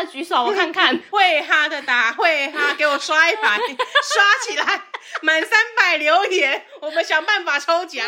的举手，我看看。 会哈的打，会哈，给我刷一排，刷起来，满300留言，我们想办法抽奖。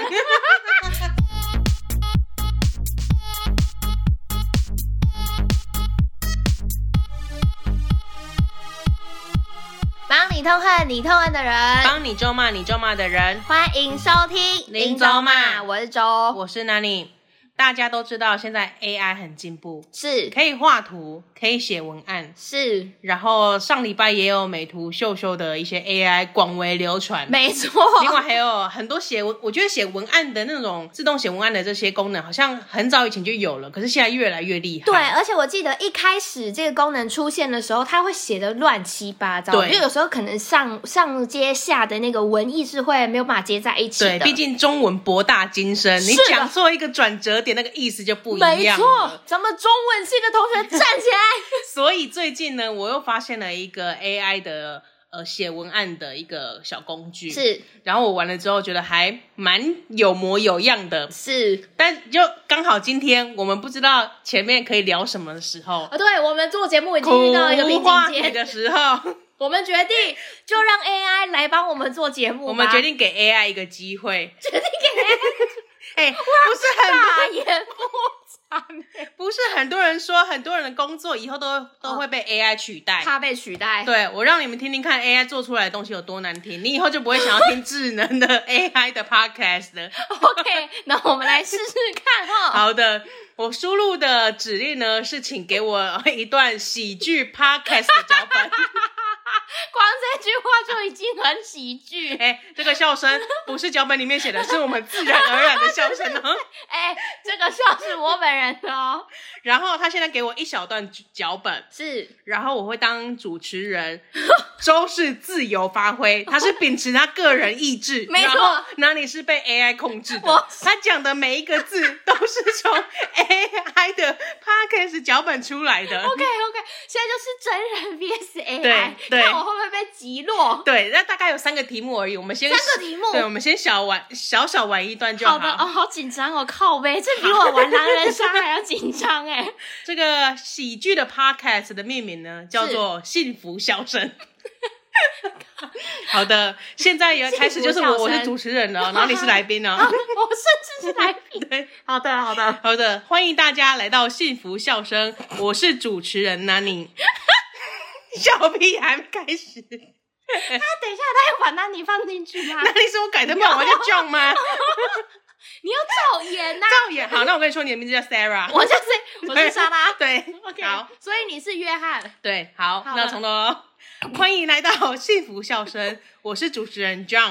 帮你痛恨你痛恨的人， 帮你咒骂你咒骂的人。 欢迎收听林咒骂， 我是周， 我是 Nani。大家都知道现在 AI 很进步， 是可以画图，可以写文案， 是， 然后上礼拜也有美图秀秀的一些 AI 广为流传， 没错。 另外还有很多我觉得写文案的那种自动写文案的这些功能，好像很早以前就有了，可是现在越来越厉害。 对，而且我记得一开始这个功能出现的时候，它会写的乱七八糟， 对， 就有时候可能上接下的那个文意是会没有办法接在一起的。 对，毕竟中文博大精深，你讲错一个转折点，那个意思就不一样了。 没错，咱们中文系的同学站起来。 所以最近呢，我又发现了一个 AI 的写文案的一个小工具， 是， 然后我玩了之后觉得还蛮有模有样的， 是， 但就刚好今天我们不知道前面可以聊什么的时候， 对，我们做节目已经遇到一个瓶颈期的时候， 我们决定就让 AI 来帮我们做节目吧。 我们决定给 AI 一个机会， 决定给 AI 不是很大言不是很多人说，很多人的工作以后都会被 AI 取代， 怕被取代。 对，我让你们听听看 AI 做出来的东西有多难听，你以后就不会想要听智能的 AI 的 podcast 了。 OK， 那我们来试试看哦。 好的，我输入的指令呢是请给我一段喜剧 podcast 的脚本。 光这句话就已经很喜剧。 这个笑声不是脚本里面写的，是我们自然而然的笑声哦。 这个笑是我本人的哦。 然后他现在给我一小段脚本， 是， 然后我会当主持人，周是自由发挥，他是秉持他个人意志， 没错， 然后哪里是被 AI 控制的，他讲的每一个字都是从 AI 的 podcast 脚本出来的。 OK， 现在就是真人 vs AI， 对， 看我会不会被击落。 对，那大概有3个题目而已，我们先 3个题目， 对，我们先小玩一段就好。 好的哦，好紧张哦，靠背，这比我玩狼人杀还要紧张哎。 这个喜剧的 podcast 的命名呢，叫做幸福笑声。好的，现在也开始就是我是主持人了，然后你是来宾了。 我甚至是来宾。 对， 好的， 欢迎大家来到幸福笑声，我是主持人 Nani。笑屁还没开始。 等一下，他有把 Nani 放进去吗 ？Nani 是我改的吗？我叫 John 吗？ 你要照演啊！ 照演，好，那我跟你说，你的名字叫 Sarah， 我是莎拉， 对 ，OK， 好， 所以你是约翰， 对，好，那从头，欢迎来到幸福笑声，我是主持人 John。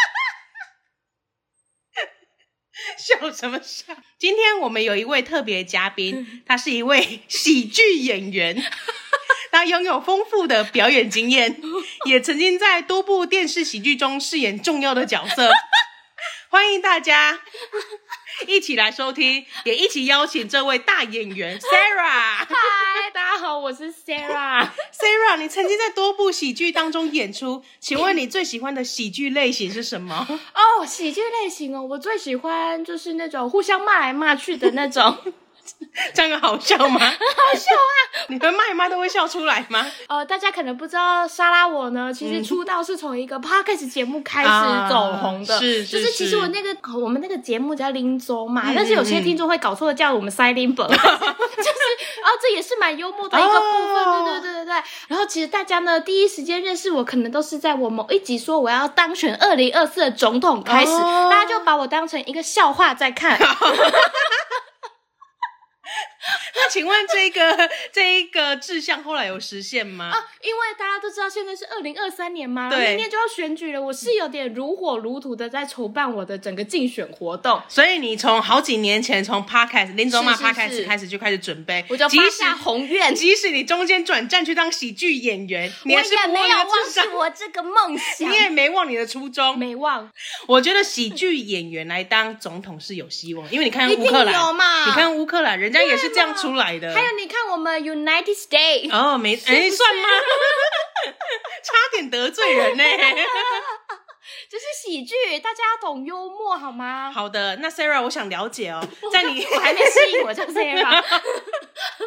笑什么笑？今天我们有一位特别嘉宾，他是一位喜剧演员。他拥有丰富的表演经验，也曾经在多部电视喜剧中饰演重要的角色。欢迎大家一起来收听，也一起邀请这位大演员 Sarah。 嗨，大家好，我是 Sarah。 Sarah， 你曾经在多部喜剧当中演出，请问你最喜欢的喜剧类型是什么？ 喜剧类型哦，我最喜欢就是那种互相骂来骂去的那种。 这样有好笑吗？ 很好笑啊！ 你们骂一骂都会笑出来吗？ 大家可能不知道，莎拉我呢，其实出道是从一个 podcast 节目开始走红的，就是其实我们那个节目叫林州嘛，但是有些听众会搞错了，叫我们塞林本，就是这也是蛮幽默的一个部分，对。然后其实大家呢第一时间认识我，可能都是在我某一集说我要当选2024的总统开始，大家就把我当成一个笑话在看。 那请问这一个志向后来有实现吗？ 因为大家都知道现在是2023年嘛， 对， 明年就要选举了，我是有点如火如荼的在筹办我的整个竞选活动。 所以你从好几年前从 podcast 林州骂 podcast 开始就开始准备， 我就发下宏愿， 即使你中间转战去当喜剧演员，你还是我也没有忘记我这个梦想， 你也没忘你的初衷， 没忘。 我觉得喜剧演员来当总统是有希望，因为你看乌克兰， 有嘛？ 你看乌克兰，人家也是这样出来的。 还有你看我们 United States， 算吗？差点得罪人呢。 这是喜剧，大家要懂幽默好吗？ 好的，那 Sarah， 我想了解哦，在你我还没适应我叫 Sarah。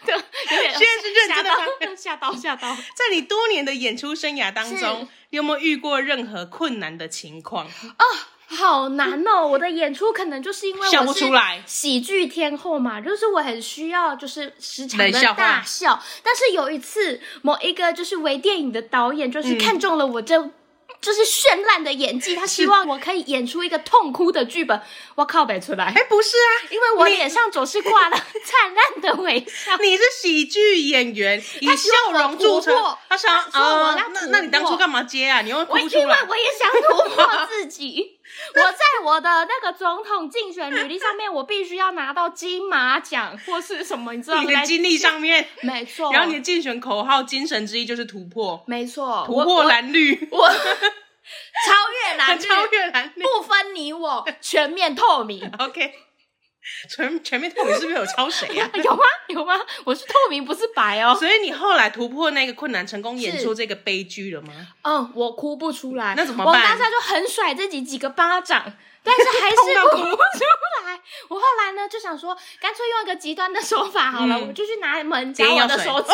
对，有点现在是认真的吗？ 吓到。 在你多年的演出生涯当中，你有没有遇过任何困难的情况？ 好难哦！我的演出可能就是因为笑不出来， 喜剧天后嘛，就是我很需要就是时常的大笑。但是有一次，某一个就是微电影的导演就是看中了我就是绚烂的演技，他希望我可以演出一个痛哭的剧本。我靠，没出来。 不是啊， 因为我脸上总是挂了灿烂的微笑。 你是喜剧演员，以笑容著称。他想那你当初干嘛接啊？你又哭出来。 因为我也想突破自己。我在我的那个总统竞选履历上面，我必须要拿到金马奖或是什么，你知道吗？ 你的经历上面， 没错。 然后你的竞选口号精神之一就是突破， 没错， 突破蓝绿， 我超越蓝绿，不分你我，全面透明。 OK。全面透明是不是有抄谁啊？ 有吗？我是透明，不是白哦。 所以你后来突破那个困难，成功演出这个悲剧了吗？ 我哭不出来。 那怎么办？ 我当下就很甩自己几个巴掌，但是还是哭不出来。我后来呢就想说，干脆用一个极端的手法好了，我就去拿门夹我的手指。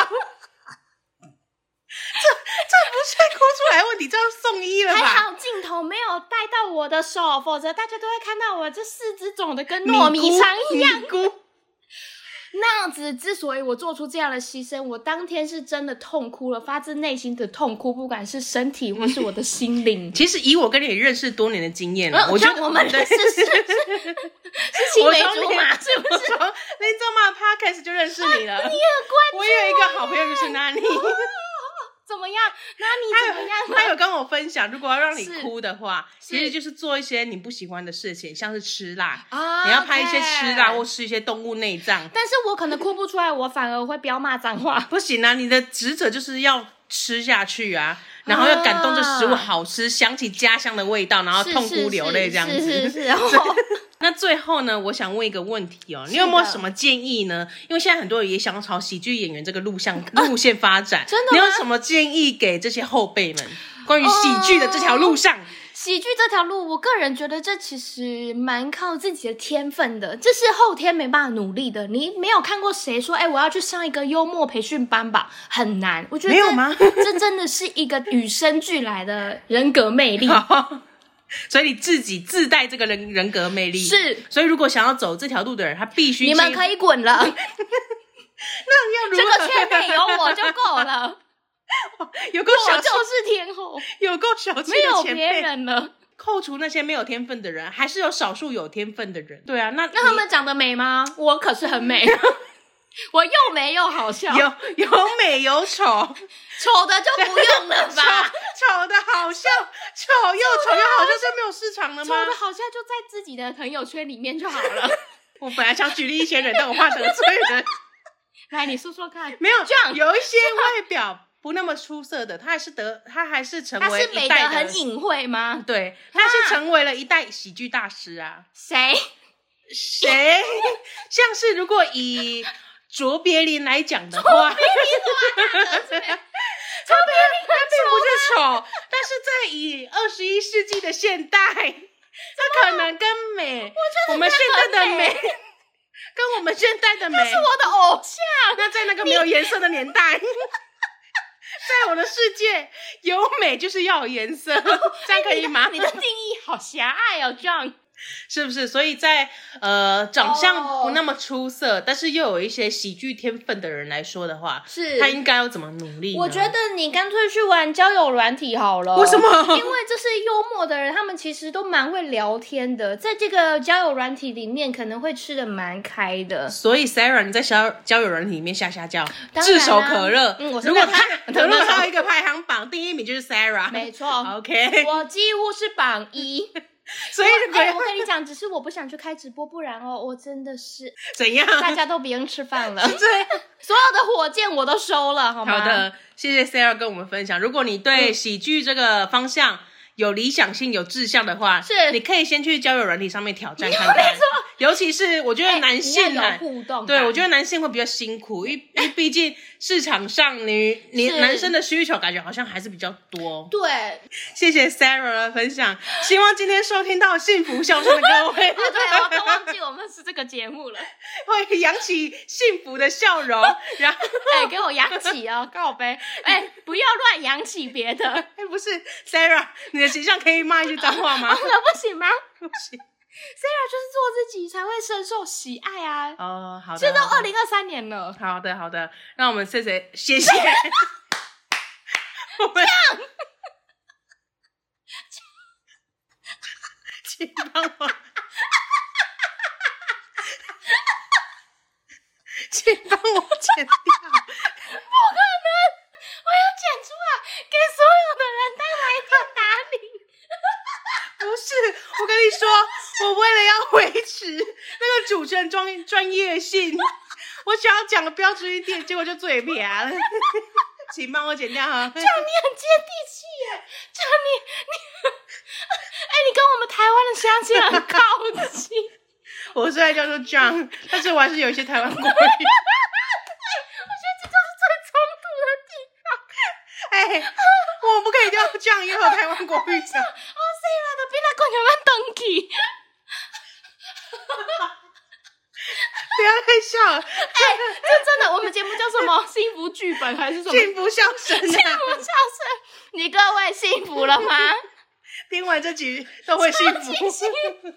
这不是哭出来问题，这要送医了吧？ 还好镜头没有带到我的手，否则大家都会看到我这四肢肿的跟糯米肠一样。那样子，之所以我做出这样的牺牲，我当天是真的痛哭了，发自内心的痛哭，不管是身体或是我的心灵。 其实以我跟你认识多年的经验， 我觉得我们是青梅竹马，是不是？ 林州嘛 Podcast 就认识你了， 你很关注。 我有一个好朋友就是那里。 怎么样？那你怎么样？ 他有跟我分享，如果要让你哭的话，其实就是做一些你不喜欢的事情，像是吃辣你要拍一些吃辣或吃一些动物内脏。 但是我可能哭不出来，我反而会飙骂脏话。 不行啊，你的职责就是要吃下去啊，然后要感动这食物好吃，想起家乡的味道，然后痛哭流泪这样子。是。那最后呢，我想问一个问题哦，你有没有什么建议呢？因为现在很多人也想要朝喜剧演员这个路线发展， 真的吗？ 你有什么建议给这些后辈们关于喜剧的这条路上？ 喜剧这条路，我个人觉得这其实蛮靠自己的天分的，这是后天没办法努力的。你没有看过谁说，我要去上一个幽默培训班吧，很难。我觉得没有吗？ 这真的是一个与生俱来的人格魅力。 所以你自己自带这个人格魅力， 是。 所以如果想要走这条路的人，他必须你们可以滚了。那要如何？ 这个圈内有我就够了。 有够小气， 我就是天后， 有够小气的前辈， 没有别人了。 扣除那些没有天分的人，还是有少数有天分的人。对啊，那他们长得美吗？我可是很美。我又美又好笑， 有美有丑， 丑的就不用了吧？ 丑的好笑，丑又好笑，就没有市场了吗？ 丑的好笑就在自己的朋友圈里面就好了。 我本来想举例一些人，但我怕得罪人。 来，你说说看。 没有，有一些外表不那么出色的，他还是成为一代的。他是美得很隐晦吗？ 对，他是成为了一代喜剧大师啊。 谁？ 像是如果以卓别林来讲的话，卓别林他并不是丑，但是在以21世纪的现代，他可能跟我们现在的美，跟我们现在的美， 他是我的偶像。 那在那个没有颜色的年代，在我的世界，有美就是要有颜色，这样可以吗？ 你的定义好狭隘哦 ，John。 是不是？所以在长相不那么出色，但是又有一些喜剧天分的人来说的话， 是他应该要怎么努力呢？ 我觉得你干脆去玩交友软体好了。 为什么？ 因为这是幽默的人，他们其实都蛮会聊天的，在这个交友软体里面可能会吃得蛮开的。 所以 Sarah， 你在交友软体里面下叫，炙手可热。如果他得到一个排行榜第1名就是 Sarah， 没错。 OK， 我几乎是榜1。 所以我跟你讲，只是我不想去开直播，不然我真的是怎样？ 大家都不用吃饭了。 对， 所有的火箭我都收了，好吗？ 好的，谢谢 Sarah 跟我们分享。如果你对喜剧这个方向有理想性、有志向的话， 是你可以先去交友软体上面挑战看看。 没错， 尤其是我觉得男性有互动， 对，我觉得男性会比较辛苦，因为毕竟市场上男生的需求感觉好像还是比较多。 对， 谢谢 Sarah 的分享，希望今天收听到幸福笑声的各位， 对，我都忘记我们是这个节目了， 会扬起幸福的笑容，然后给我扬起哦，告白，不要乱扬起别的， 不是 Sarah， 你的形象可以骂一句脏话吗？ 不行吗？ 不行。 Sarah 就是做自己才会深受喜爱啊！ 哦，好的， 现在都2023年了。 好的，好的，让我们谢谢。我们请帮我，请帮我剪掉。 不可能，我要剪出来给所有的人当来电打理。 不是，我跟你说，我为了要维持那个主持人专业性，我想要讲的标准一点，结果就嘴撇了。请帮我剪掉哈。 这样你很接地气耶，这样你跟我们台湾的乡亲很靠近。 我虽然叫做 John， 但是我还是有一些台湾国语。 我觉得这就是最冲突的地方。 我不可以叫 John 又有台湾国语讲。 Sarah 的比那公牛们登起。 不要再笑了。 这真的，我们节目叫什么？幸福剧本还是什么？ 幸福笑声。幸福笑声。你各位幸福了吗？ 听完这集都会幸福。 幸福。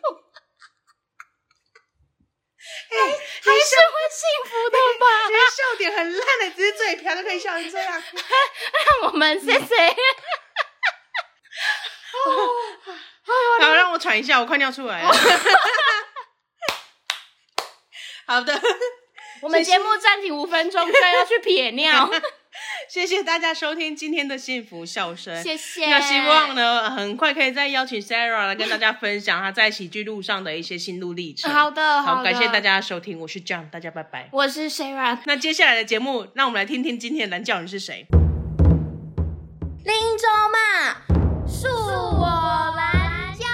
还是会幸福的吧？ 你的笑点很烂的，只是嘴瓢就可以笑成这样。 让我们谢谢。 好，让我喘一下，我快尿出来了。好的， 我们节目暂停5分钟，再要去撇尿。 谢谢大家收听今天的幸福笑声， 谢谢。 那希望呢，很快可以再邀请 Sarah 来跟大家分享她在喜剧路上的一些心路历程。 好的， 好，感谢大家收听，我是 John， 大家拜拜。 我是 Sarah。 那接下来的节目，让我们来听听今天的蓝教人是谁。 林州嘛，恕我蓝教。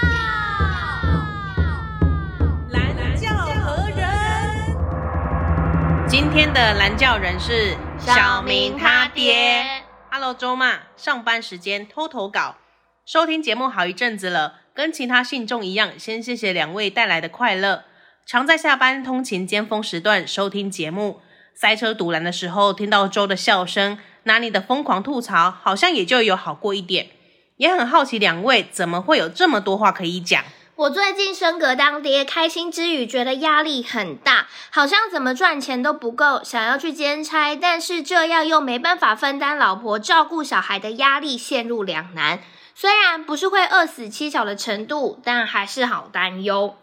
蓝教何人？今天的蓝教人是小明他爹。Hello， 周嘛，上班时间偷投稿，收听节目好一阵子了，跟其他信众一样，先谢谢两位带来的快乐。常在下班通勤尖峰时段收听节目，塞车堵拦的时候听到周的笑声，哪里的疯狂吐槽，好像也就有好过一点。也很好奇两位怎么会有这么多话可以讲。 我最近升格当爹，开心之余觉得压力很大，好像怎么赚钱都不够，想要去兼差，但是这样又没办法分担老婆照顾小孩的压力，陷入两难。虽然不是会饿死妻小的程度，但还是好担忧。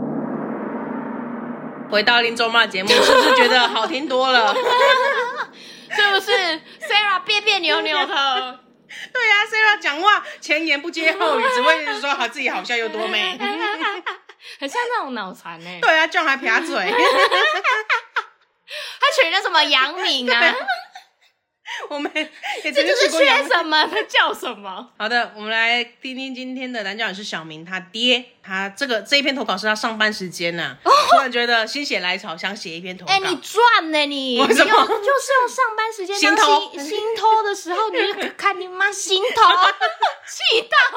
回到林周妈的节目，是不是觉得好听多了？ 是不是 Sarah 别别扭扭的？ 对啊 Sarah 讲话前言不接后语，只会说她自己好笑又多美。 很像那种脑残欸。 对啊，John还撇嘴。 他取了什么杨敏啊？ 我们也这就是缺什么他叫什么。 好的，我们来听听今天的蓝教人是小明他爹。他这一篇投稿是他上班时间啊，突然觉得心血来潮想写一篇投稿。 你赚呢你？ 为什么？ 就是用上班时间心偷的时候，你就看你妈心头气到。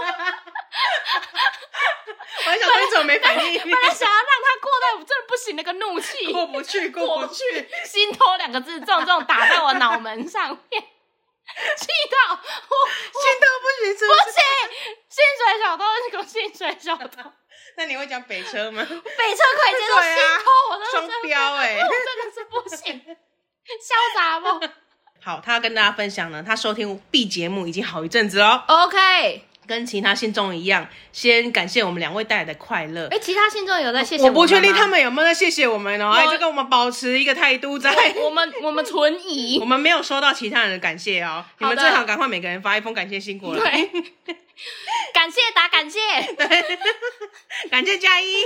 我还想说你怎么没反应？ 本来想要让他过在我真的不行那个怒气， 过不去。 心偷2个字重重打在我脑门上面，气到我心头不行是不是？ 不行，薪水小偷是个薪水小偷。 那你会讲北车吗？ 北车可以接受，心偷我双标我真的是不行，潇洒不？ 好，他要跟大家分享呢，他收听 B 节目已经好一阵子了。 OK。 跟其他信众一样，先感谢我们两位带来的快乐。 其他信众有在谢谢我们吗？ 我不确定他们有没有在谢谢我们哦，就跟我们保持一个态度在。 我们存疑， 我们没有收到其他人的感谢哦。你们最好赶快每个人发一封感谢信过来。 对，感谢打感谢， 对，感谢加一。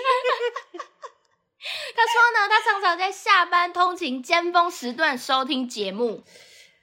他说呢，他常常在下班通勤尖峰时段收听节目。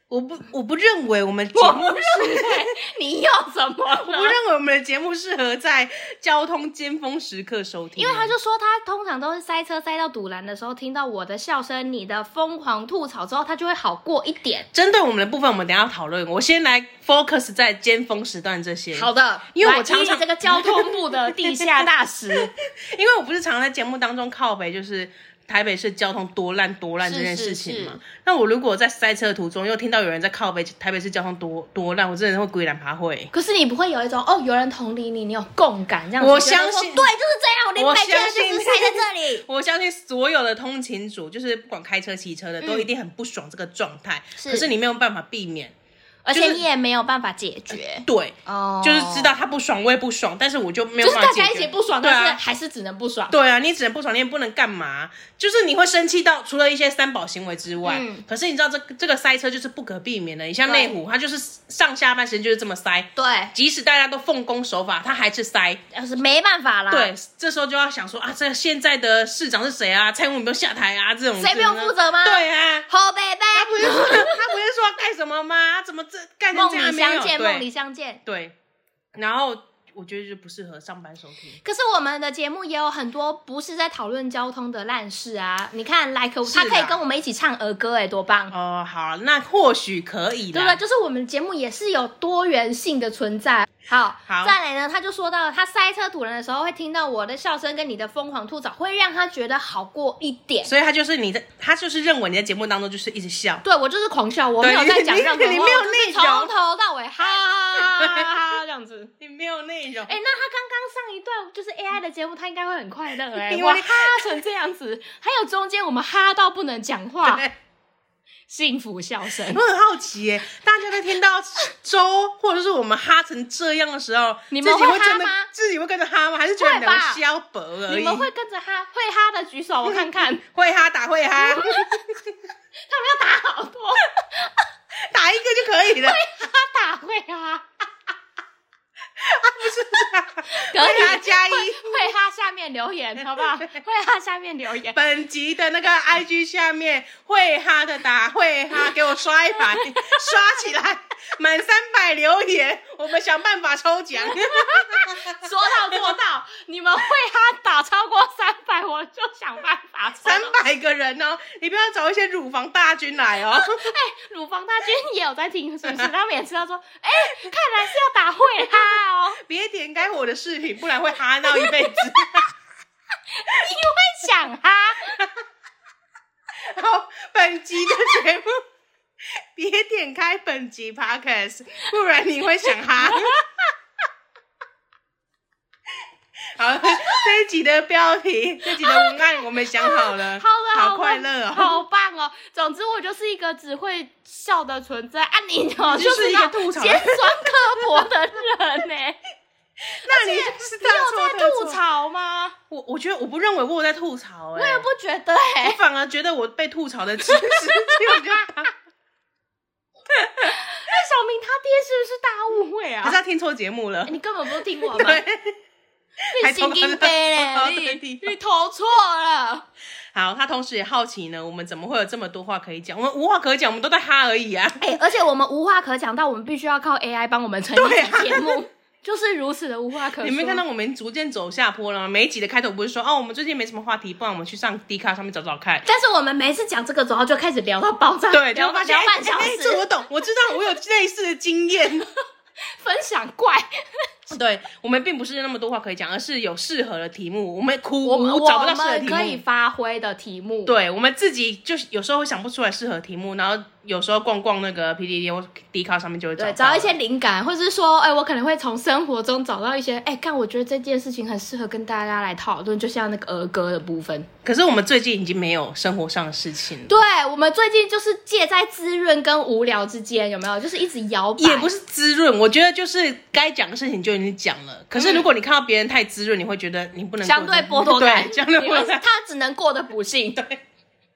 我不认为我们节目你要什么呢？ 我不认为我们的节目适合在交通尖峰时刻收听， 因为他就说他通常都是塞车塞到堵拦的时候，听到我的笑声，你的疯狂吐槽之后，他就会好过一点。 针对我们的部分，我们等一下讨论。我先来 focus 在尖峰时段这些。 好的， 因为我常常这个交通部的地下大使， 因为我不是常在节目当中靠北，就是台北市交通多烂这件事情嘛。那我如果在塞车的途中又听到有人在靠北台北市交通多烂，我真的会鬼脸爬会。 可是你不会有一种有人同理你，你有共感这样子？ 我相信， 对，就是这样。我相信就是塞在这里。 我相信所有的通勤族，就是不管开车骑车的，都一定很不爽这个状态。可是你没有办法避免。 而且你也没有办法解决， 对，就是知道他不爽，我也不爽，但是我就没有办法解决， 就是大家一起不爽，但是还是只能不爽。 对啊，你只能不爽，你也不能干嘛，就是你会生气到除了一些三宝行为之外，可是你知道这个塞车就是不可避免的。你像内湖，它就是上下班时间就是这么塞， 对， 即使大家都奉公守法，它还是塞， 是没办法啦。 对，这时候就要想说这现在的市长是谁啊？蔡英文有没有下台啊？这种谁不用负责吗？ 对啊， 好贝贝， 他不是说要干什么吗？怎么干成这样？ 梦里相见。 对，然后我觉得就不适合上班收听。 可是我们的节目也有很多不是在讨论交通的烂事啊！你看 ，like 他可以跟我们一起唱儿歌，多棒！ 好，那或许可以的。 对不对？就是我们节目也是有多元性的存在。好，再来呢，他就说到他塞车堵人的时候会听到我的笑声跟你的疯狂吐槽，会让他觉得好过一点。 所以他就是他就是认为你在节目当中就是一直笑。 对，我就是狂笑，我没有在讲任何话， 你没有内容， 从头到尾哈哈哈这样子， 你没有内容。 那他刚刚上一段就是 AI 的节目，他应该会很快乐我哈成这样子，还有中间我们哈到不能讲话。幸福笑声， 我很好奇耶，大家在听到周或者是我们哈成这样的时候， 你们会哈吗？ 自己会跟着哈吗？还是觉得你们消薄而已？ 你们会跟着哈？会哈的举手，我看看。 会哈打会哈，他们要打好多， 打一个就可以了。 会哈打会哈。 不是这样，会哈加一， 会哈下面留言好不好？会哈下面留言。 本集的那个 IG 下面会哈的打会哈，给我刷一排，刷起来，满300留言，我们想办法抽奖。 说到做到，你们会哈打超过300，我就想办法抽。 300个人哦，你不要找一些乳房大军来哦。 乳房大军也有在听，是不是？他们也知道说，看来是要打会哈哦。 别点开我的视频，不然会哈到一辈子。 你会想哈？ 好，本集的节目别点开本集 podcast， 不然你会想哈。好，这一集的标题，这一集的文案我们想好了。好快乐哦， 好棒哦！总之，我就是一个只会笑的存在。你就是一个吐槽、 尖酸刻薄的人呢。 那你就是大错特错。 你有在吐槽吗？ 我觉得我不认为我有在吐槽， 我也不觉得我反而觉得我被吐槽的只有他。 那小明他爹是不是大误会啊？ 还是他听错节目了？ 你根本不是听我吗？你神经病嘞！你投错了。 好，他同时也好奇呢，我们怎么会有这么多话可以讲？我们无话可讲，我们都在哈而已啊！ 而且我们无话可讲到我们必须要靠 AI 帮我们成立节目，就是如此的无话可说。 你没看到我们逐渐走下坡了吗？每一集的开头不是说我们最近没什么话题，不然我们去上 Dcard 上面找找看。 但是我们每次讲这个之后就开始聊到爆炸， 对，就发现聊半小时。 这我懂，我知道，我有类似的经验。 分享怪。 对，我们并不是那么多话可以讲，而是有适合的题目，我们找不到适合的题目， 可以发挥的题目。 对，我们自己就有时候会想不出来适合题目，然后有时候逛那个 PTT 或 Dcard 上面就会找一些灵感，或者是说，我可能会从生活中找到一些，看我觉得这件事情很适合跟大家来讨论，就像那个儿歌的部分。 可是我们最近已经没有生活上的事情了。 对，我们最近就是介在滋润跟无聊之间，有没有？就是一直摇摆。 也不是滋润，我觉得就是该讲的事情就已经讲了。可是如果你看到别人太滋润，你会觉得你不能相对剥夺感， 对，相对剥夺感， 他只能过得不幸。 对。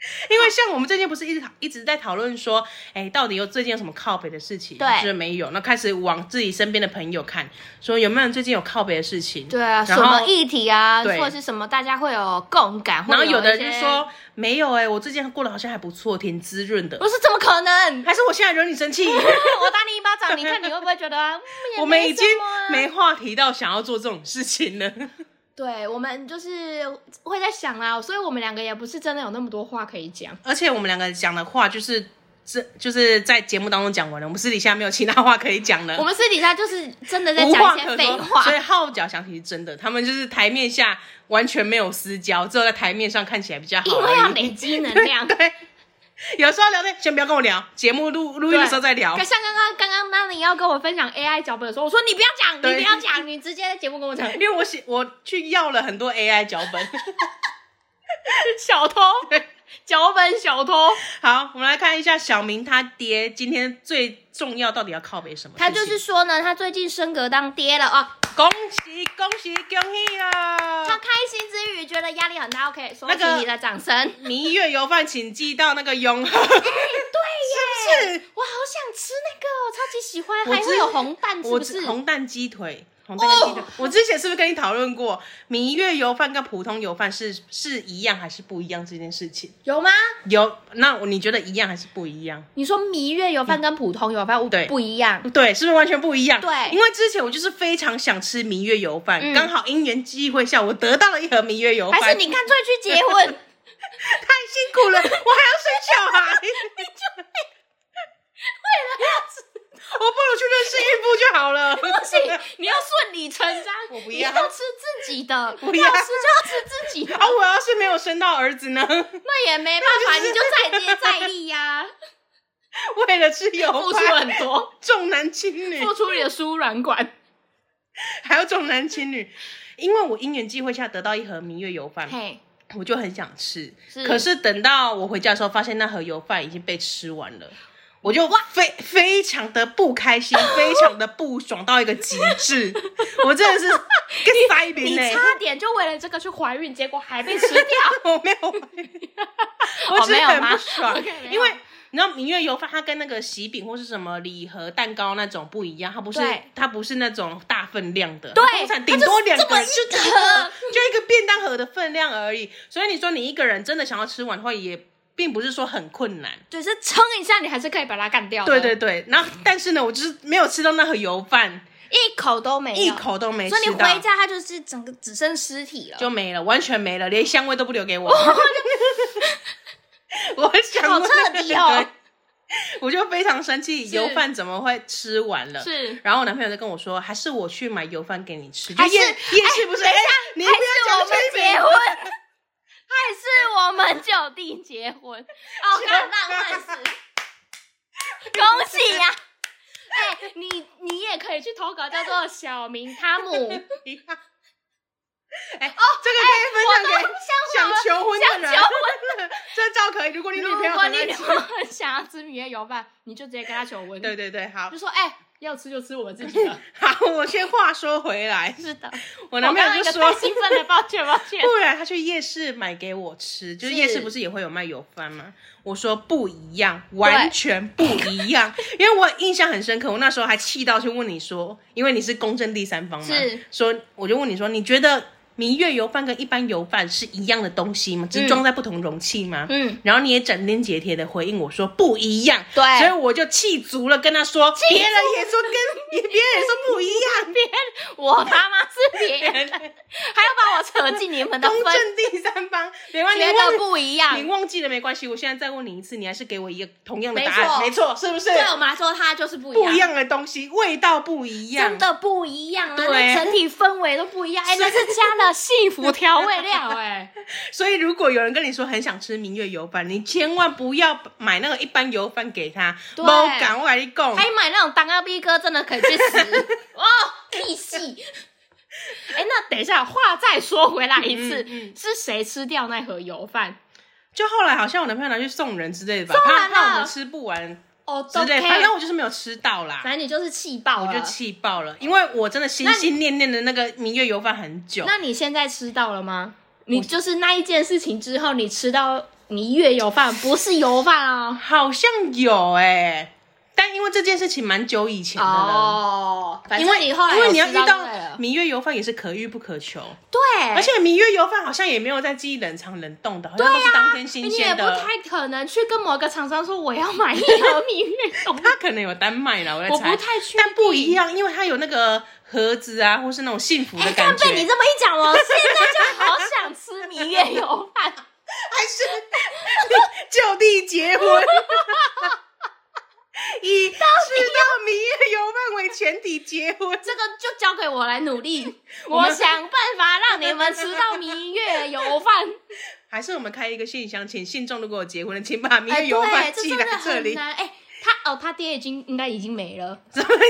因为像我们最近不是一直在讨论说，到底最近有什么靠北的事情？ 对， 觉得没有，那开始往自己身边的朋友看，说有没有人最近有靠北的事情？ 对啊，什么议题啊，或者是什么大家会有共感， 然后有的人就说没有我最近过得好像还不错，挺滋润的。 不是怎么可能？ 还是我现在惹你生气？ 我打你一巴掌，你看你会不会觉得我们已经没话题到想要做这种事情了？ 对，我们就是会在想啦，所以我们两个也不是真的有那么多话可以讲， 而且我们两个讲的话就是在节目当中讲完了，我们私底下没有其他话可以讲了。 我们私底下就是真的在讲一些废话， 所以号角响起是真的，他们就是台面下完全没有私交，只有在台面上看起来比较好， 因为要累积能量。 对，有时候聊天先不要跟我聊，节目录音的时候再聊。 像刚刚那你要跟我分享 AI 脚本的时候，我说你不要讲，你不要讲，你直接在节目跟我讲， 因为我去要了很多 AI 脚本， 小偷。脚本小偷。 好，我们来看一下小明他爹今天最重要到底要靠北什么事情。 他就是说呢，他最近升格当爹了啊， 恭喜恭喜恭喜啊！ 他开心之余觉得压力很大 ，OK， 收起你的掌声。 蜜月油饭请寄到那个永和。 对耶，是不是？我好想吃那个，超级喜欢，还会有红蛋，是不是？ 红蛋鸡腿。我之前是不是跟你讨论过蜜月油饭跟普通油饭是一样还是不一样这件事情？ 有吗？ 有。那你觉得一样还是不一样？ 你说蜜月油饭跟普通油饭不一样？ 对，是不是完全不一样？ 对， 因为之前我就是非常想吃蜜月油饭，刚好因缘际会下我得到了一盒蜜月油饭。 还是你干脆去结婚？太辛苦了，我还要生小孩。 你就为了要吃。 我不如去认识孕妇就好了。 不行，你要顺理成章。 我不要， 你要吃自己的， 不要吃就要吃自己的。 啊，我要是没有生到儿子呢？ 那也没办法，你就再接再厉呀。 为了吃油饭， 付出很多， 重男轻女， 付出你的输卵管， 还要重男轻女。因为我因缘际会下得到一盒蜜月油饭，我就很想吃。可是等到我回家的时候，发现那盒油饭已经被吃完了。我就非常的不开心，非常的不爽到一个极致。我真的是跟塞饼你差点就为了这个去怀孕，结果还被吃掉。 我没有怀孕，我只是很不爽，因为你知道蜜月油饭它跟那个喜饼或是什么礼盒蛋糕那种不一样，它不是那种大分量的， 对， 顶多2个就一个便当盒的分量而已。所以你说你一个人真的想要吃完的话，也并不是说很困难， 对，是撑一下你还是可以把它干掉的。 对对对，然后但是呢，我就是没有吃到那盒油饭， 一口都没有， 一口都没吃到。 所以你回家它就是整个只剩尸体了， 就没了，完全没了，连香味都不留给我。我想好彻底哦。 我就非常生气，油饭怎么会吃完了？ 是， 然后我男朋友就跟我说，还是我去买油饭给你吃。夜市不是？你不要讲我们结婚。还是我们就地结婚，浪漫史，恭喜呀！你也可以去投稿，叫做小明汤姆。 这个可以分享给想求婚的人。这招可以，如果你女朋友很想要吃蜜月油饭，你就直接跟他求婚。 对对对，好， 就说要吃就吃我们自己的。 好，我先话说回来。 是的， 我男朋友就说太兴奋了，抱歉。 不然他去夜市买给我吃，就是夜市不是也会有卖油饭吗？我说不一样，完全不一样。因为我印象很深刻，我那时候还气到去问你说，因为你是公正第三方嘛，说我就问你说，你觉得蜜月油饭跟一般油饭是一样的东西吗？只是装在不同容器吗？然后你也斩钉截铁的回应我说不一样。 对， 所以我就气足了，跟他说，别人也说不一样， 我他妈是别人，还要把我扯进你们的公正第三方，没关系， 觉得不一样， 你忘记了没关系，我现在再问你一次，你还是给我一个同样的答案，没错，是不是？ 对我们来说，它就是不一样的东西，味道不一样， 真的不一样啊！ 对， 整体氛围都不一样，那是加了幸福调味料所以如果有人跟你说很想吃蜜月油饭，你千万不要买那个一般油饭给他，不敢，我跟你讲， 还买那种当阿 B 哥真的可以去死哦，屁戏！那等一下，话再说回来一次，是谁吃掉那盒油饭？ 就后来好像我男朋友拿去送人之类的吧，怕我们吃不完。之类，反正我就是没有吃到啦。 反正你就是气爆了， 我就气爆了，因为我真的心心念念的那个蜜月油饭很久。 那你现在吃到了吗？ 你就是那一件事情之后，你吃到你月油饭，不是油饭啊？ 好像有但因为这件事情蛮久以前的了， 反正你后来因为你要遇到蜜月油饭也是可遇不可求， 对， 而且蜜月油饭好像也没有在记忆冷藏冷冻的，好像都是当天新鲜的， 你也不太可能去跟某个厂商说我要买一盒蜜月油饭， 他可能有单卖了，我不太确定， 但不一样，因为它有那个盒子啊，或是那种幸福的感觉。 被你这么一讲，我现在就好想吃蜜月油饭， 还是就地结婚。以吃到蜜月油饭为前提结婚， 这个就交给我来努力。我想办法让你们吃到蜜月油饭。 还是我们开一个信箱，请信众如果有结婚的，请把蜜月油饭寄来这里。 他爹应该已经没了。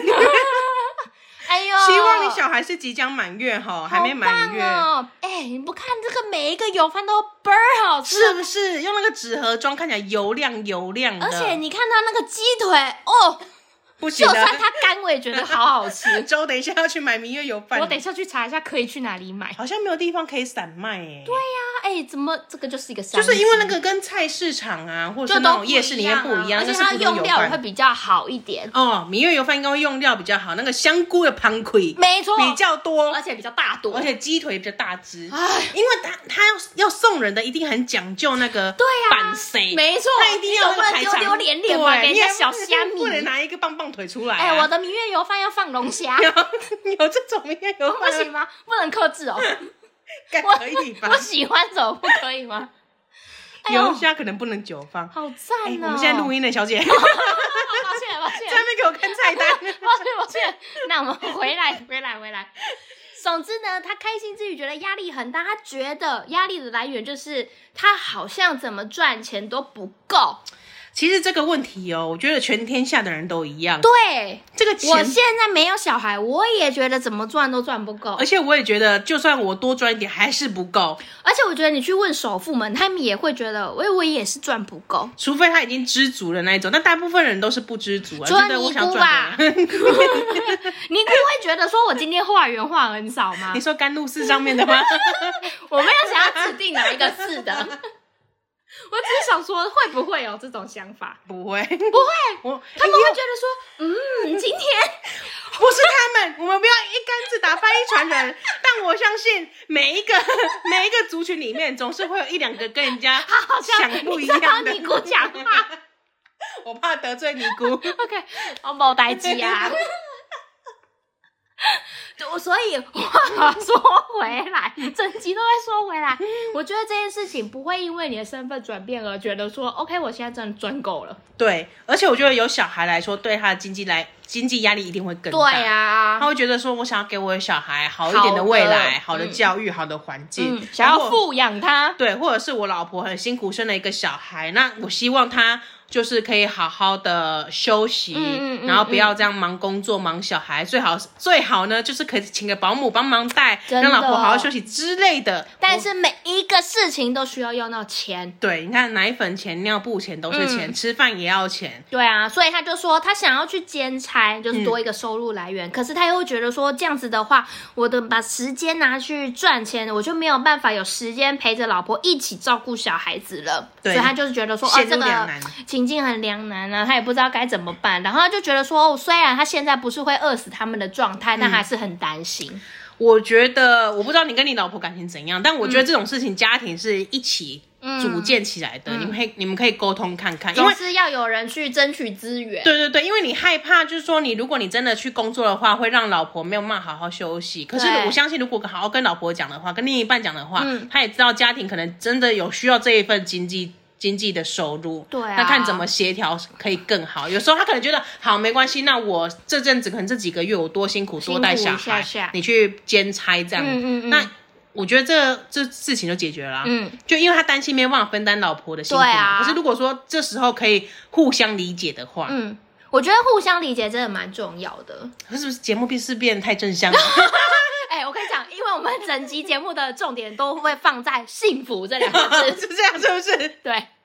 哎呦！希望你小孩是即将满月哈，还没满月哦。你不看这个每一个油饭都倍儿好吃， 是不是？用那个纸盒装，看起来油亮油亮的。 而且你看它那个鸡腿哦， 不行的， 就算它干我也觉得好好吃。 周等一下要去买蜜月油饭， 我等一下去查一下可以去哪里买。 好像没有地方可以散卖对呀，怎么这个就是一个商机？ 就是因为那个跟菜市场啊，或者是那种夜市里面不一样， 而且它用料也会比较好一点。 蜜月油饭应该会用料比较好，那个香菇的盘葵没错比较多， 而且比较大多， 而且鸡腿比较大只。因为他要送人的一定很讲究那个板谁， 没错， 他一定要那个排场丢脸脸嘛，给人家小虾米， 不能拿一个棒棒腿出来。 我的蜜月油饭要放龙虾， 有这种蜜月油饭不行吗？不能克制哦。 可以吧？ 我喜欢怎么不可以吗？ 油虾可能不能久放。 好赞哦！ 我们现在录音呢，小姐。抱歉， 下面给我看菜单。 抱歉。那我们回来。总之呢，他开心之余觉得压力很大，他觉得压力的来源就是他好像怎么赚钱都不够。 其实这个问题我觉得全天下的人都一样。 对， 这个钱， 我现在没有小孩，我也觉得怎么赚都赚不够， 而且我也觉得，就算我多赚一点，还是不够。 而且我觉得你去问首富们，他们也会觉得，我也是赚不够， 除非他已经知足的那一种。但大部分人都是不知足啊， 除了尼姑吧。尼姑会觉得说，我今天化缘化很少吗？ 你说甘露寺上面的吗？ 我没有想要指定哪一个寺的。我只是想说，会不会有这种想法？ 不会， 他们会觉得说，今天不是他们，我们不要一竿子打翻一船人。但我相信每一个族群里面，总是会有一两个跟人家想不一样的。 尼姑讲话， 我怕得罪尼姑。 OK， 我没代志啊。所以话说回来，整集都在说回来，我觉得这件事情不会因为你的身份转变而觉得说 OK 我现在真的赚够了。 对，而且我觉得有小孩来说，对他的经济压力一定会更大。 对啊， 他会觉得说我想要给我的小孩好一点的未来，好的教育，好的环境， 想要富养他。 对，或者是我老婆很辛苦生了一个小孩，那我希望他就是可以好好的休息，然后不要这样忙工作忙小孩，最好呢就是可以请个保姆帮忙带，让老婆好好休息之类的。 但是每一个事情都需要用到钱。 对，你看奶粉钱、尿布钱都是钱，吃饭也要钱。 对啊，所以他就说他想要去兼差，就是多一个收入来源。可是他又觉得说这样子的话，我把时间拿去赚钱，我就没有办法有时间陪着老婆一起照顾小孩子了。对，所以他就是觉得说陷入两难。 情境很两难啊，他也不知道该怎么办，然后他就觉得说，虽然他现在不是会饿死他们的状态，但还是很担心。 我觉得，我不知道你跟你老婆感情怎样，但我觉得这种事情家庭是一起组建起来的，你们可以沟通看看，因为总是要有人去争取资源。 对，因为你害怕，就是说如果你真的去工作的话，会让老婆没有办法好好休息。可是我相信，如果好好跟老婆讲的话，跟另一半讲的话，他也知道家庭可能真的有需要这一份经济的收入， 对啊， 那看怎么协调可以更好。有时候他可能觉得好没关系，那我这阵子可能这几个月我多辛苦多带小孩，你去兼差这样，那我觉得这事情就解决了。就因为他担心没有办法分担老婆的辛苦嘛。可是如果说这时候可以互相理解的话， 我觉得互相理解真的蛮重要的。 可是节目是变太正向了。 我跟你讲，因为我们整集节目的重点都会放在幸福这两个字， 是这样是不是？ 对，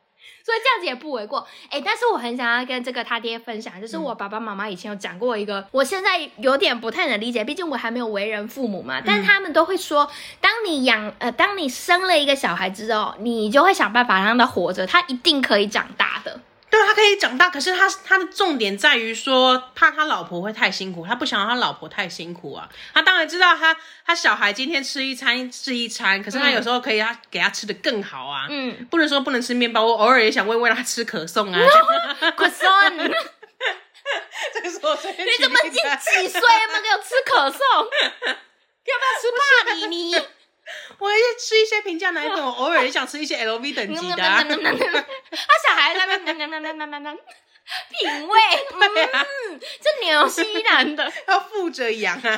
所以这样子也不为过。但是我很想要跟这个他爹分享，就是我爸爸妈妈以前有讲过一个，我现在有点不太能理解，毕竟我还没有为人父母嘛，但是他们都会说，当你生了一个小孩之后，你就会想办法让他活着，他一定可以长大的。 对，他可以长大，可是他的重点在于说，怕他老婆会太辛苦，他不想让他老婆太辛苦啊。他当然知道他小孩今天吃一餐是一餐，可是他有时候可以给他吃的更好啊。不能说不能吃面包，我偶尔也想喂他吃可颂啊。 可颂， 这个是我随便举例的。 你怎么已经几岁了吗？给我吃可颂？要不要吃帕里尼？ 我也吃一些平价奶粉，我偶尔也想吃一些 LV 等级的。 他小孩在那边品味，这纽西兰的要富着养啊。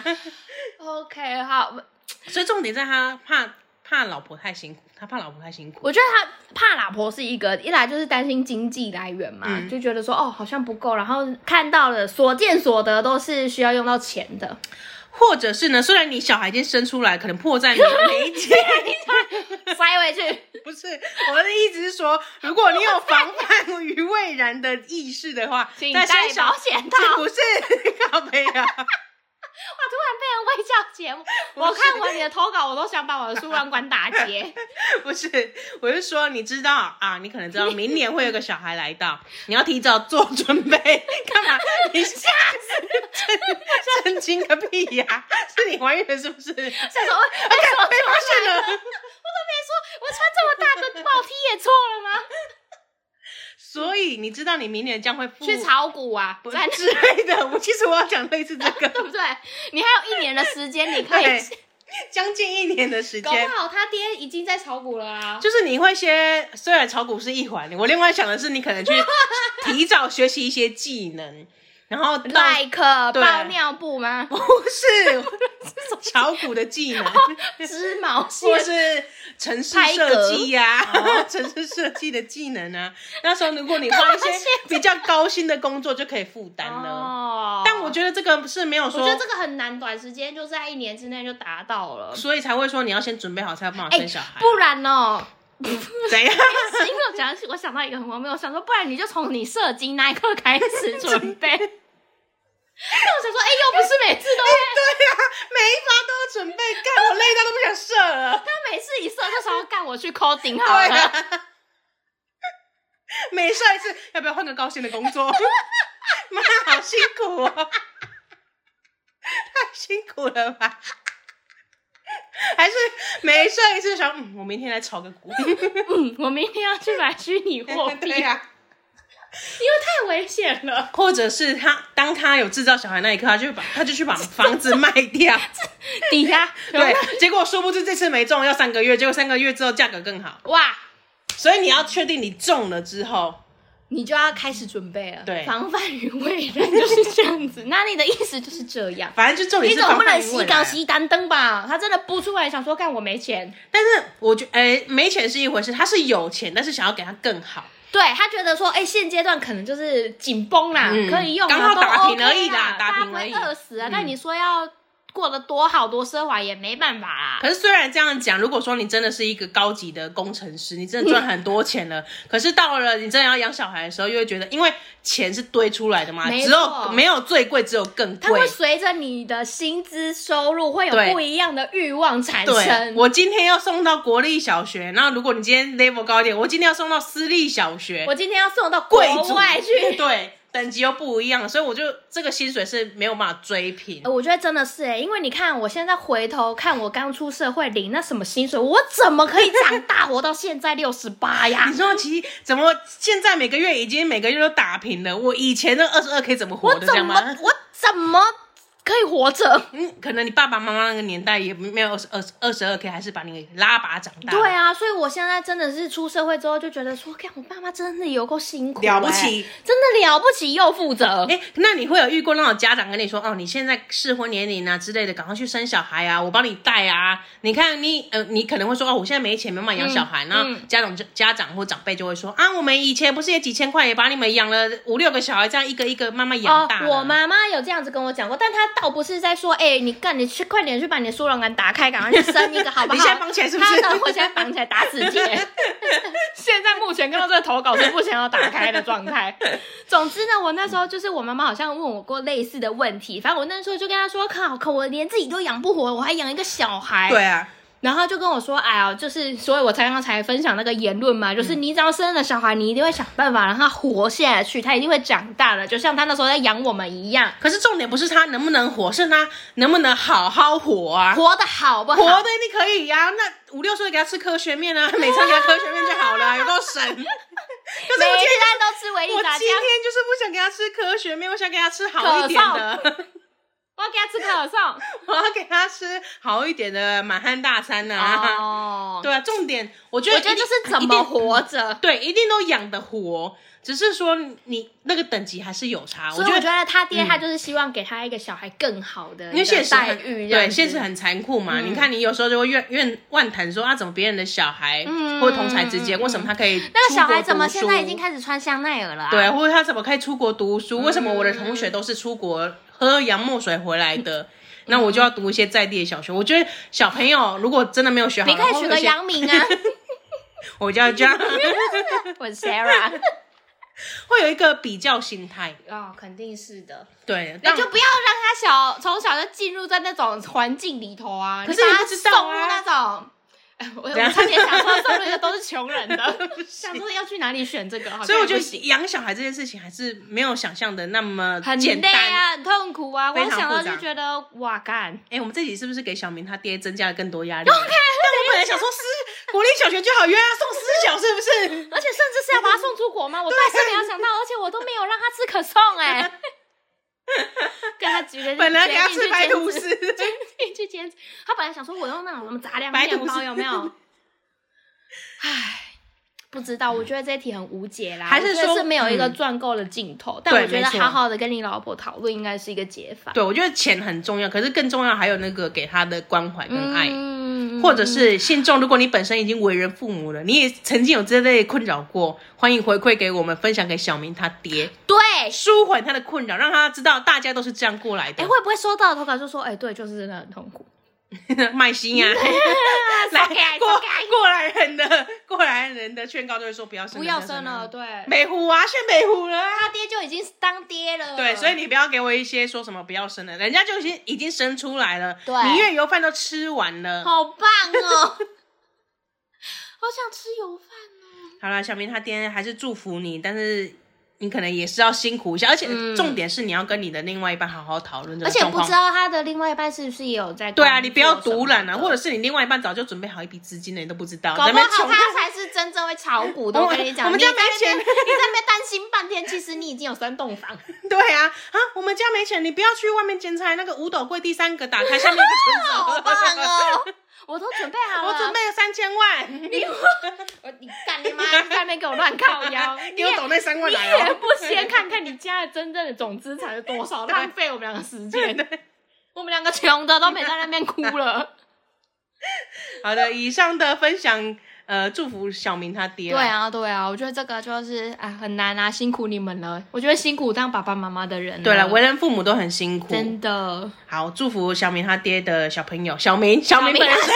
OK， 好， 所以重点在他怕老婆太辛苦，他怕老婆太辛苦。 我觉得他怕老婆是一来就是担心经济来源嘛，就觉得说好像不够，然后看到了所见所得都是需要用到钱的。 或者是呢，虽然你小孩已经生出来，可能迫在眉睫， 塞回去。 不是，我的意思是说，如果你有防范于未然的意识的话， 请戴保险套。 不是，靠北啊！ 我突然变成卫教节目，我看完你的投稿，我都想把我的输卵管打结。 不是，我是说，你知道啊，你可能知道明年会有个小孩来到，你要提早做准备。干嘛？你吓死！震惊个屁呀！是你怀孕了是不是？ 想说，被发现了。 我都没说，我穿这么大个帽 T 也错了吗？ 所以你知道你明年将会去炒股啊之类的。其实我要讲类似这个， 对不对？你还有1年的时间，你可以将近1年的时间。 搞不好他爹已经在炒股了啊。 就是你会虽然炒股是一环，我另外想的是你可能去提早学习一些技能。然后包尿布吗？ 不是，炒股的技能， 织毛线， 或是城市设计呀，城市设计的技能啊。那时候如果你换一些比较高薪的工作，就可以负担了。但我觉得这个是没有说， 我觉得这个很难，短时间就在1年之内就达到了， 所以才会说你要先准备好，才有办法生小孩。 不然怎样？ 因为我想到一个很荒谬，我想说，不然你就从你射精那一刻开始准备。那我想说，又不是每次都会。 对啊，每一发都要准备，干我累到都不想射了。 他每次一射就说干我去 coding 好了。 对每射一次，要不要换个高薪的工作？妈，好辛苦哦，太辛苦了吧？还是每射一次想，我明天来炒个股。 我明天要去买虚拟货币。 对啊。 因为太危险了， 或者是当他有制造小孩那一刻，他就去把房子卖掉， 抵押。 对，结果殊不知这次没中，要3个月，结果3个月之后价格更好。 哇！ 所以你要确定你中了之后， 你就要开始准备了。 对， 防范于未然就是这样子。那你的意思就是这样？ 反正就重点是防范于未然。 你总不能洗稿洗单灯吧？他真的播出来想说，干我没钱。 但是我觉得，没钱是一回事，他是有钱，但是想要给他更好。 对，他觉得说，现阶段可能就是紧绷啦，可以用， 刚好打平而已啦， 打平而已，大家不会饿死啊。但你说要过得多好多奢华也没办法啦。 可是虽然这样讲，如果说你真的是一个高级的工程师，你真的赚很多钱了，可是到了你真的要养小孩的时候，又会觉得，因为钱是堆出来的嘛，只有没有最贵，只有更贵。 它会随着你的薪资收入会有不一样的欲望产生。 我今天要送到国立小学，然后如果你今天 level 高一点，我今天要送到私立小学， 我今天要送到国外去， 对。等级又不一样，所以我就这个薪水是没有办法追平。 我觉得真的是因为你看我现在回头看我刚出社会领那什么薪水，我怎么可以长大活到现在68呀？ 你说其实怎么现在每个月都打平了？我以前的22可以怎么活的这样吗？ 我怎么可以活着？ 可能你爸爸妈妈那个年代也没有22K，还是把你拉拔长大。 对啊，所以我现在真的是出社会之后就觉得说，看我爸妈真的有够辛苦， 了不起， 真的了不起又负责。 那你会有遇过那种家长跟你说，你现在适婚年龄啊之类的，赶快去生小孩啊，我帮你带啊。你看你可能会说，我现在没钱，没办法养小孩。然后家长或长辈就会说，我们以前不是也几千块，也把你们养了5-6个小孩，这样一个一个慢慢养大了。 我妈妈有这样子跟我讲过，但她倒不是在说，你去快点去把你的输卵管打开，赶快去生一个好不好？ 你现在绑起来是不是？ 我现在绑起来打死结。现在目前看到这个投稿是不想要打开的状态。总之呢，我那时候就是我妈妈好像问我过类似的问题，反正我那时候就跟她说，可我连自己都养不活，我还养一个小孩。 对啊。 然后就跟我说，哎呀，就是所以我刚才分享那个言论嘛，就是你只要生了小孩，你一定会想办法让他活下去，他一定会长大的，就像他那时候在养我们一样。 可是重点不是他能不能活，是他能不能好好活啊？ 活得好不好？ 活得你可以呀，那5、6岁给他吃科学面啊，每餐给他科学面就好了，有够省。可是每一餐都吃维力炸酱。 我今天就是不想给他吃科学面，我想给他吃好一点的。 我要给他吃可颂， 我要给他吃好一点的满汉大餐啊！对啊，重点我觉得就是怎么活着， 对，一定都养得活，只是说你那个等级还是有差。 所以我觉得他爹他就是希望给他一个小孩更好的因为现实待遇， 对，现实很残酷嘛。你看你有时候就会怨万谈说啊，怎么别人的小孩或者同才之间，为什么他可以那个小孩怎么现在已经开始穿香奈儿了？ 对，或者他怎么可以出国读书？为什么我的同学都是出国喝洋墨水回来的，那我就要读一些在地的小学。我觉得小朋友如果真的没有学好， 你可以取个阳明啊。 我叫 John， 我是 Sarah， 会有一个比较心态肯定是的。 对， 那就不要让他从小就进入在那种环境里头啊。 可是你不知道啊， 那种。我差点想说送那个都是穷人的，想说要去哪里选这个， 所以我觉得养小孩这件事情还是没有想象的那么简单， 很累啊，很痛苦啊。我想到就觉得哇干， 我们这集是不是给小明他爹增加了更多压力？但我本来想说国立小学就好，原来要送私小，是不是？ 而且甚至是要把他送出国吗？我倒是没有想到，而且我都没有让他吃可颂跟他本来给他吃白吐司， 去兼职。他本来想说我用那种什么杂粮面包有没有？唉，不知道。我觉得这一题很无解啦， 还是说是没有一个赚够的尽头。但我觉得好好的跟你老婆讨论应该是一个解法。 对，我觉得钱很重要，可是更重要还有那个给他的关怀跟爱。或者是信众，如果你本身已经为人父母了，你也曾经有这类困扰过，欢迎回馈给我们，分享给小明他爹， 对， 舒缓他的困扰，让他知道大家都是这样过来的。 会不会收到的投稿就说，对，就是真的很痛苦。 卖心啊！过来人的劝告就会说不要生了， 对， 美虎啊，选美虎了， 他爹就已经当爹了， 对，所以你不要给我一些说什么不要生了，人家就已经生出来了， 对， 你月油饭都吃完了， 好棒哦，好想吃油饭哦。 好啦，小明他爹还是祝福你，但是你可能也是要辛苦一下，而且重点是你要跟你的另外一半好好讨论这个状况， 而且不知道他的另外一半是不是也有在对啊，你不要独揽啊，或者是你另外一半早就准备好一笔资金了，你都不知道， 搞不好他才是真正会炒股的。我跟你讲， 我们家没钱， 你在那边担心半天，其实你已经有3栋房。 对啊，我们家没钱，你不要去外面剪裁，那个五斗柜第3个打开，下面一个存折， 好棒哦！我都准备好了， 我准备了3000万。 你干你妈！在那边给我乱靠腰， 给我抖那3万来哦！ 你也不先看看你家的真正的总资产是多少，浪费我们2个时间。我们2个穷的都没在那边哭了。 好的，以上的分享，祝福小明他爹。 对啊，我觉得这个就是很难啊，辛苦你们了。我觉得辛苦当爸爸妈妈的人。 对了，为人父母都很辛苦， 真的。 好，祝福小明他爹的小朋友，小明平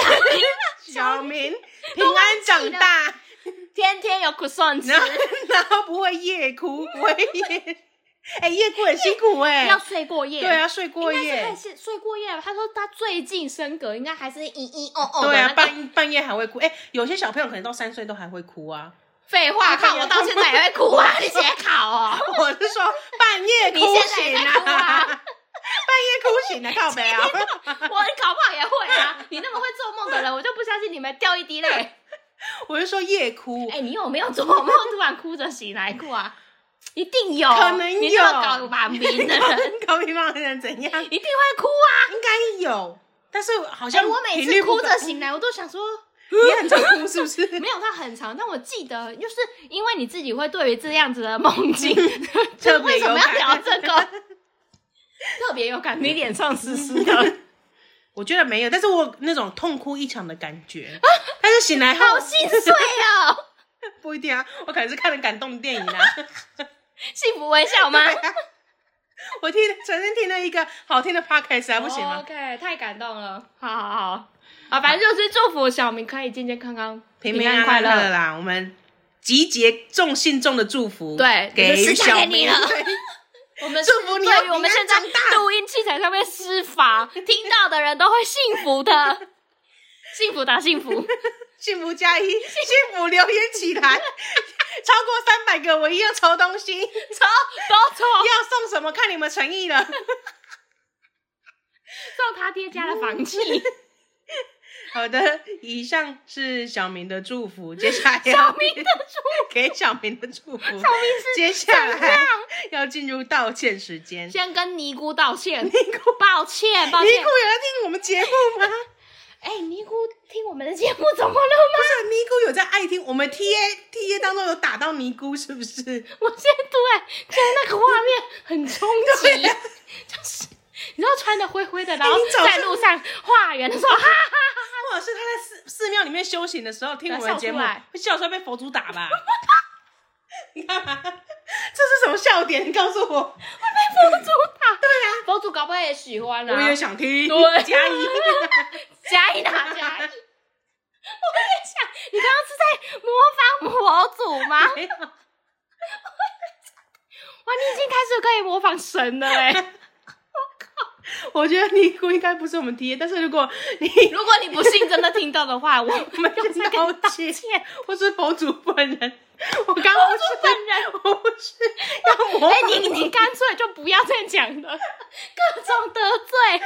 安长大， 天天有苦算吃， 然后不会夜哭，不会夜哭很辛苦要睡过夜。 对啊，睡过夜， 睡过夜。他说他最近升格，应该还是哦。 对啊，半夜还会哭。有些小朋友可能到3岁都还会哭啊。 废话，看我到现在也会哭啊！你写考哦。 我是说半夜哭醒啊， 半夜哭醒的靠北啊！ 我搞不好也会啊！你那么会做梦的人，我就不相信你们掉一滴泪。 我是说夜哭。 你有没有做梦突然哭着醒来过啊？一定有， 可能有。 你那么搞盲名的人， 搞迷茫的人怎样？ 一定会哭啊！ 应该有，但是好像我每次哭着醒来，我都想说。 你很常哭是不是？ 没有到很长，但我记得就是因为你自己会对于这样子的梦境特别有感。为什么要聊这个？特别有感，你脸上湿湿的。 我觉得没有，但是我那种痛哭一场的感觉。但是醒来后好心碎哦。 不一定啊，我可能是看了感动的电影啊。 幸福微笑吗？ 我曾经听了一个好听的 podcast 还不行吗 ？OK， 太感动了，好，反正就是祝福小明可以健健康康、 平安快乐啦。我们集结众信众的祝福， 对， 给小明。 我们祝福你， 对于我们现在录音器材上面施法，听到的人都会幸福的，幸福打幸福， 幸福加1，幸福留言起来，超过300个我一样抽东西， 都抽， 要送什么看你们诚意了， 送他爹家的房契。 好的，以上是小明的祝福，接下来小明的祝福， 给小明的祝福。小明是接下来要进入道歉时间， 先跟尼姑道歉。 尼姑， 抱歉。 尼姑有在听我们节目吗？ 尼姑听我们的节目怎么了吗？ 不是，尼姑有在爱听我们 TA 当中有打到尼姑，是不是？我现在觉得那个画面很冲击，就是你知道穿的灰灰的，然后在路上化缘的时候，哈哈哈。 或者是他在寺庙里面修行的时候听我们的节目，会笑出来被佛祖打吧？你看嘛，这是什么笑点？你告诉我，会被佛祖打？ 对啊， 佛祖搞不好也喜欢啊。 我也想听， 对， 加1， 加1哪加1？我也想，你刚刚是在模仿佛祖吗？没有。哇，你已经开始可以模仿神了欸。 我觉得尼姑应该不是我们 TA， 但是如果你不幸真的听到的话，我们就道歉。我是佛祖本人，我刚不是本人， 我不是要模仿。 你干脆就不要再讲了，各种得罪。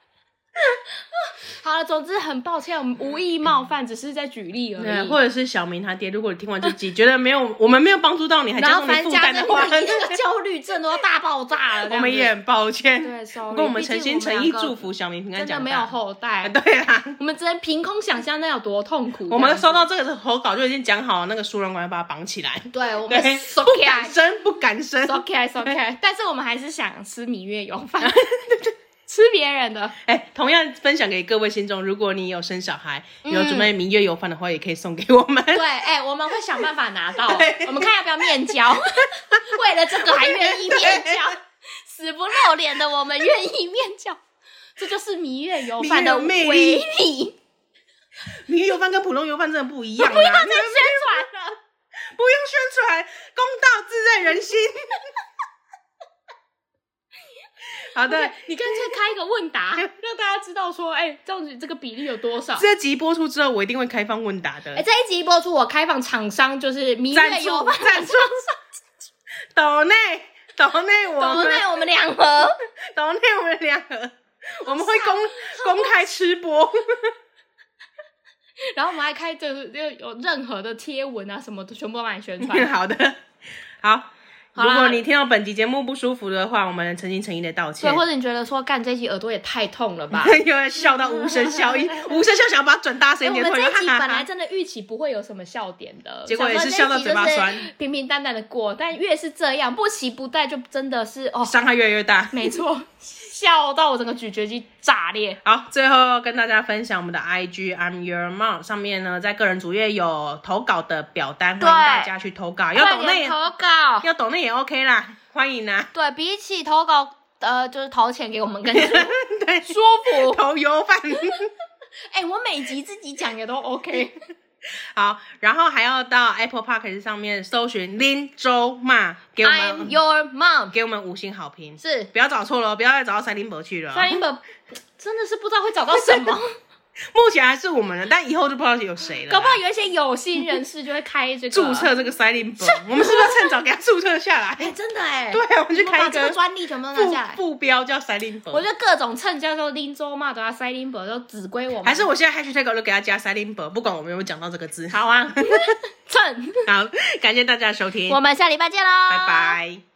好了，总之很抱歉，我们无意冒犯，只是在举例而已。 或者是小明他爹，如果你听完这集觉得我们没有帮助到你，还加重你负担的话， 那个焦虑症都要大爆炸了。 我们也很抱歉。 对， 不过我们诚心诚意祝福小明平安长大。 真的没有后代。 对啦， 我们只能凭空想象那有多痛苦。 我们收到这个投稿就已经讲好了，那个输卵管要把它绑起来。 对，我们不敢生。 OK， 但是我们还是想吃芈月油饭。吃别人的， 同样分享给各位听众，如果你有生小孩，有准备芈月油饭的话，也可以送给我们。 对，我们会想办法拿到，我们看要不要面交。为了这个还愿意面交，死不露脸的我们愿意面交，这就是芈月油饭的威力。 芈月油饭跟普通油饭真的不一样， 不要再宣传了， 不用宣传，公道自在人心。好的， 你干脆开一个问答，让大家知道说，这样子这个比例有多少？ 这集播出之后，我一定会开放问答的。 这一集播出，我开放厂商就是芈月油饭赞助，抖内我们 2盒， 抖内我们2盒，我们会公开吃播。 然后我们还开着有任何的贴文啊什么的，全部都帮你宣传。 好的，好。如果你听到本集节目不舒服的话，我们诚心诚意的道歉。 对，或者你觉得说干这集耳朵也太痛了吧？ 因为笑到无声笑音，无声笑想要把它转大声一点。 我们这一集本来真的预期不会有什么笑点的， 结果也是笑到嘴巴酸， 平平淡淡的过。但越是这样，不期不待，就真的是伤害越来越大。 没错，笑到我整个咀嚼肌炸裂。 好，最后跟大家分享我们的 IG I'm Your Mom 上面呢，在个人主页有投稿的表单，欢迎大家去投稿。要抖内投稿， 要抖内也 OK 啦，欢迎啊。 对，比起投稿，就是投钱给我们更对舒服， 投油饭。 我每集自己讲也都 OK。 好，然后还要到 Apple Podcast 上面搜寻林州骂，给我们 I'm Your Mom， 给我们5星好评， 是不要找错了，不要再找到赛林伯去了。 赛林伯真的是不知道会找到什么。 目前还是我们的，但以后就不知道有谁了。 搞不好有一些有心人士就会开这个注册这个 Silent Bird， 我们是不是要趁早给他注册下来？ 真的对啊，我们就开一个把这个专利全部都拿下来， 副标叫 Silent Bird。 我觉得各种蹭叫做林州骂的啊 Silent Bird 都只归我们。 还是我现在 hashtag 就给他加 Silent Bird， 不管我们有没有讲到这个字。 好啊，蹭。 好，感谢大家的收听， 我们下礼拜见喽， 拜拜。